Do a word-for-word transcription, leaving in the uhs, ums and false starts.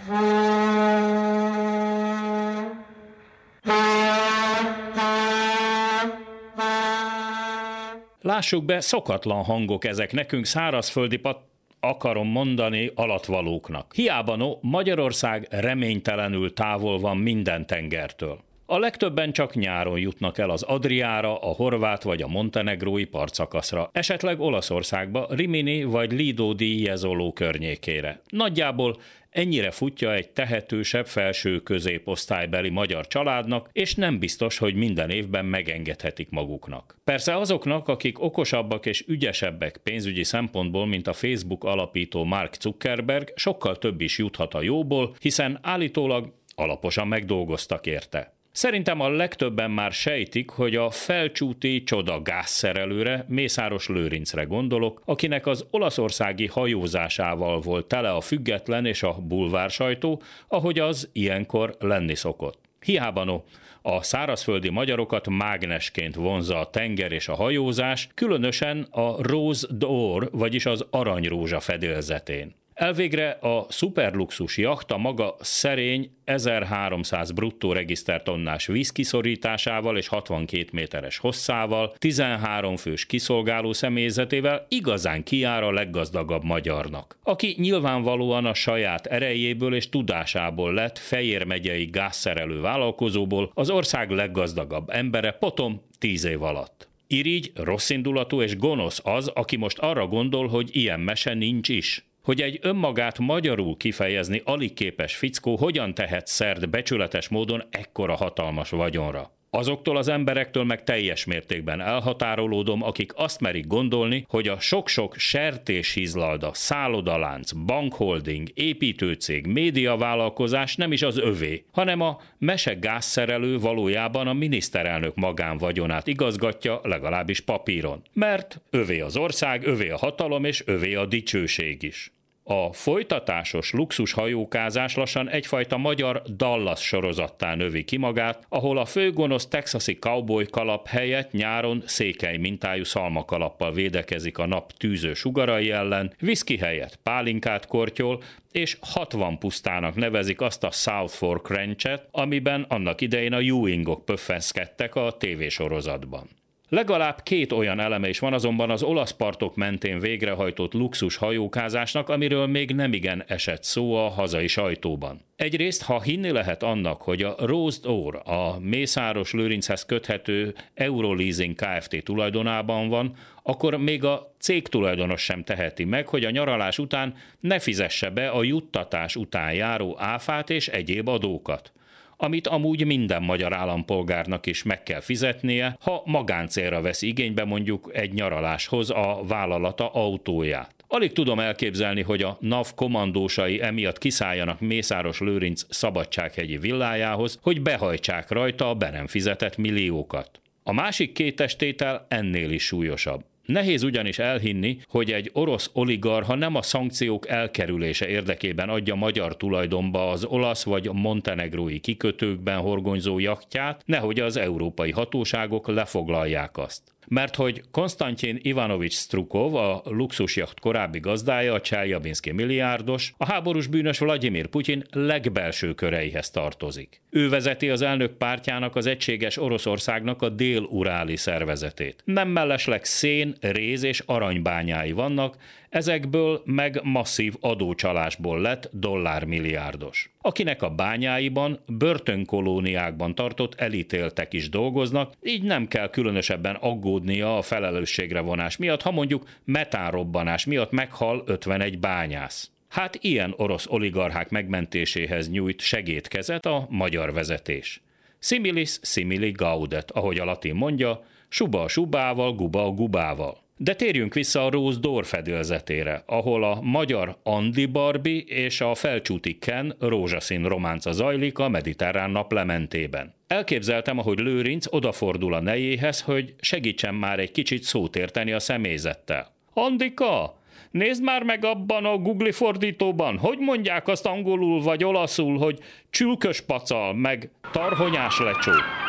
Lássuk be, szokatlan hangok ezek nekünk szárazföldi pat akarom mondani alatvalóknak. Hiába no, Magyarország reménytelenül távol van minden tengertől. A legtöbben csak nyáron jutnak el az Adriára, a horvát vagy a montenegrói partszakaszra, esetleg Olaszországba, Rimini vagy Lido di Jesolo környékére. Nagyjából ennyire futja egy tehetősebb felső középosztálybeli magyar családnak, és nem biztos, hogy minden évben megengedhetik maguknak. Persze azoknak, akik okosabbak és ügyesebbek pénzügyi szempontból, mint a Facebook alapító Mark Zuckerberg, sokkal több is juthat a jóból, hiszen állítólag alaposan megdolgoztak érte. Szerintem a legtöbben már sejtik, hogy a felcsúti csoda gázszerelőre, Mészáros Lőrincre gondolok, akinek az olaszországi hajózásával volt tele a Független és a bulvár sajtó, ahogy az ilyenkor lenni szokott. Hiába no, a szárazföldi magyarokat mágnesként vonzza a tenger és a hajózás, különösen a Rose d'Or, vagyis az aranyrózsa fedélzetén. Elvégre a szuperluxus jachta maga szerény ezerháromszáz bruttó regisztertonnás vízkiszorításával és hatvankét méteres hosszával, tizenhárom fős kiszolgáló személyzetével igazán kijár a leggazdagabb magyarnak, aki nyilvánvalóan a saját erejéből és tudásából lett Fejér megyei gázszerelő vállalkozóból az ország leggazdagabb embere potom tíz év alatt. Irigy, rosszindulatú és gonosz az, aki most arra gondol, hogy ilyen mese nincs is. Hogy egy önmagát magyarul kifejezni alig képes fickó hogyan tehet szert becsületes módon ekkora hatalmas vagyonra. Azoktól az emberektől meg teljes mértékben elhatárolódom, akik azt merik gondolni, hogy a sok-sok sertéshizlalda, szállodalánc, bankholding, építőcég, médiavállalkozás nem is az övé, hanem a mese gázszerelő valójában a miniszterelnök magánvagyonát igazgatja, legalábbis papíron. Mert övé az ország, övé a hatalom és övé a dicsőség is. A folytatásos luxushajókázás lassan egyfajta magyar Dallas sorozattá növi ki magát, ahol a főgonosz texasi cowboy kalap helyett nyáron székely mintájú szalmakalappal védekezik a nap tűző sugarai ellen, viszki helyett pálinkát kortyol, és hatvan pusztának nevezik azt a South Fork Ranchet, amiben annak idején a Ewingok pöffenszkedtek a tévésorozatban. Legalább két olyan eleme is van azonban az olasz partok mentén végrehajtott luxus hajókázásnak, amiről még nemigen esett szó a hazai sajtóban. Egyrészt, ha hinni lehet annak, hogy a Rose d'Or, a Mészáros Lőrinchez köthető Euroleasing Kft. Tulajdonában van, akkor még a cég tulajdonos sem teheti meg, hogy a nyaralás után ne fizesse be a juttatás után járó áfát és egyéb adókat, amit amúgy minden magyar állampolgárnak is meg kell fizetnie, ha magáncélra vesz igénybe mondjuk egy nyaraláshoz a vállalata autóját. Alig tudom elképzelni, hogy a NAV kommandósai emiatt kiszálljanak Mészáros Lőrinc szabadsághegyi villájához, hogy behajtsák rajta a be nem fizetett milliókat. A másik két testétel ennél is súlyosabb. Nehéz ugyanis elhinni, hogy egy orosz oligarcha nem a szankciók elkerülése érdekében adja magyar tulajdonba az olasz vagy montenegrói kikötőkben horgonyzó jachtját, nehogy az európai hatóságok lefoglalják azt. Mert hogy Konstantin Ivanovics Strukov, a luxusjacht korábbi gazdája, a Cseljabinszky milliárdos, a háborús bűnös Vladimir Putyin legbelső köreihez tartozik. Ő vezeti az elnök pártjának az egységes Oroszországnak a dél-uráli szervezetét. Nem mellesleg szén, réz és aranybányái vannak, ezekből meg masszív adócsalásból lett dollármilliárdos, akinek a bányáiban börtönkolóniákban tartott elítéltek is dolgoznak, így nem kell különösebben aggódnia a felelősségre vonás miatt, ha mondjuk metánrobbanás miatt meghal ötvenegy bányász. Hát ilyen orosz oligarchák megmentéséhez nyújt segédkezet a magyar vezetés. Similis simili gaudet, ahogy a latin mondja, suba a subával, guba a gubával. De térjünk vissza a Rose d'Or fedélzetére, ahol a magyar Andi Barbie és a felcsúti Ken rózsaszín románca zajlik a mediterrán naplementében. Elképzeltem, ahogy Lőrinc odafordul a nejéhez, hogy segítsen már egy kicsit szót érteni a személyzettel. Andika, nézd már meg abban a Google fordítóban, hogy mondják azt angolul vagy olaszul, hogy csülkös pacal, meg tarhonyás lecsó.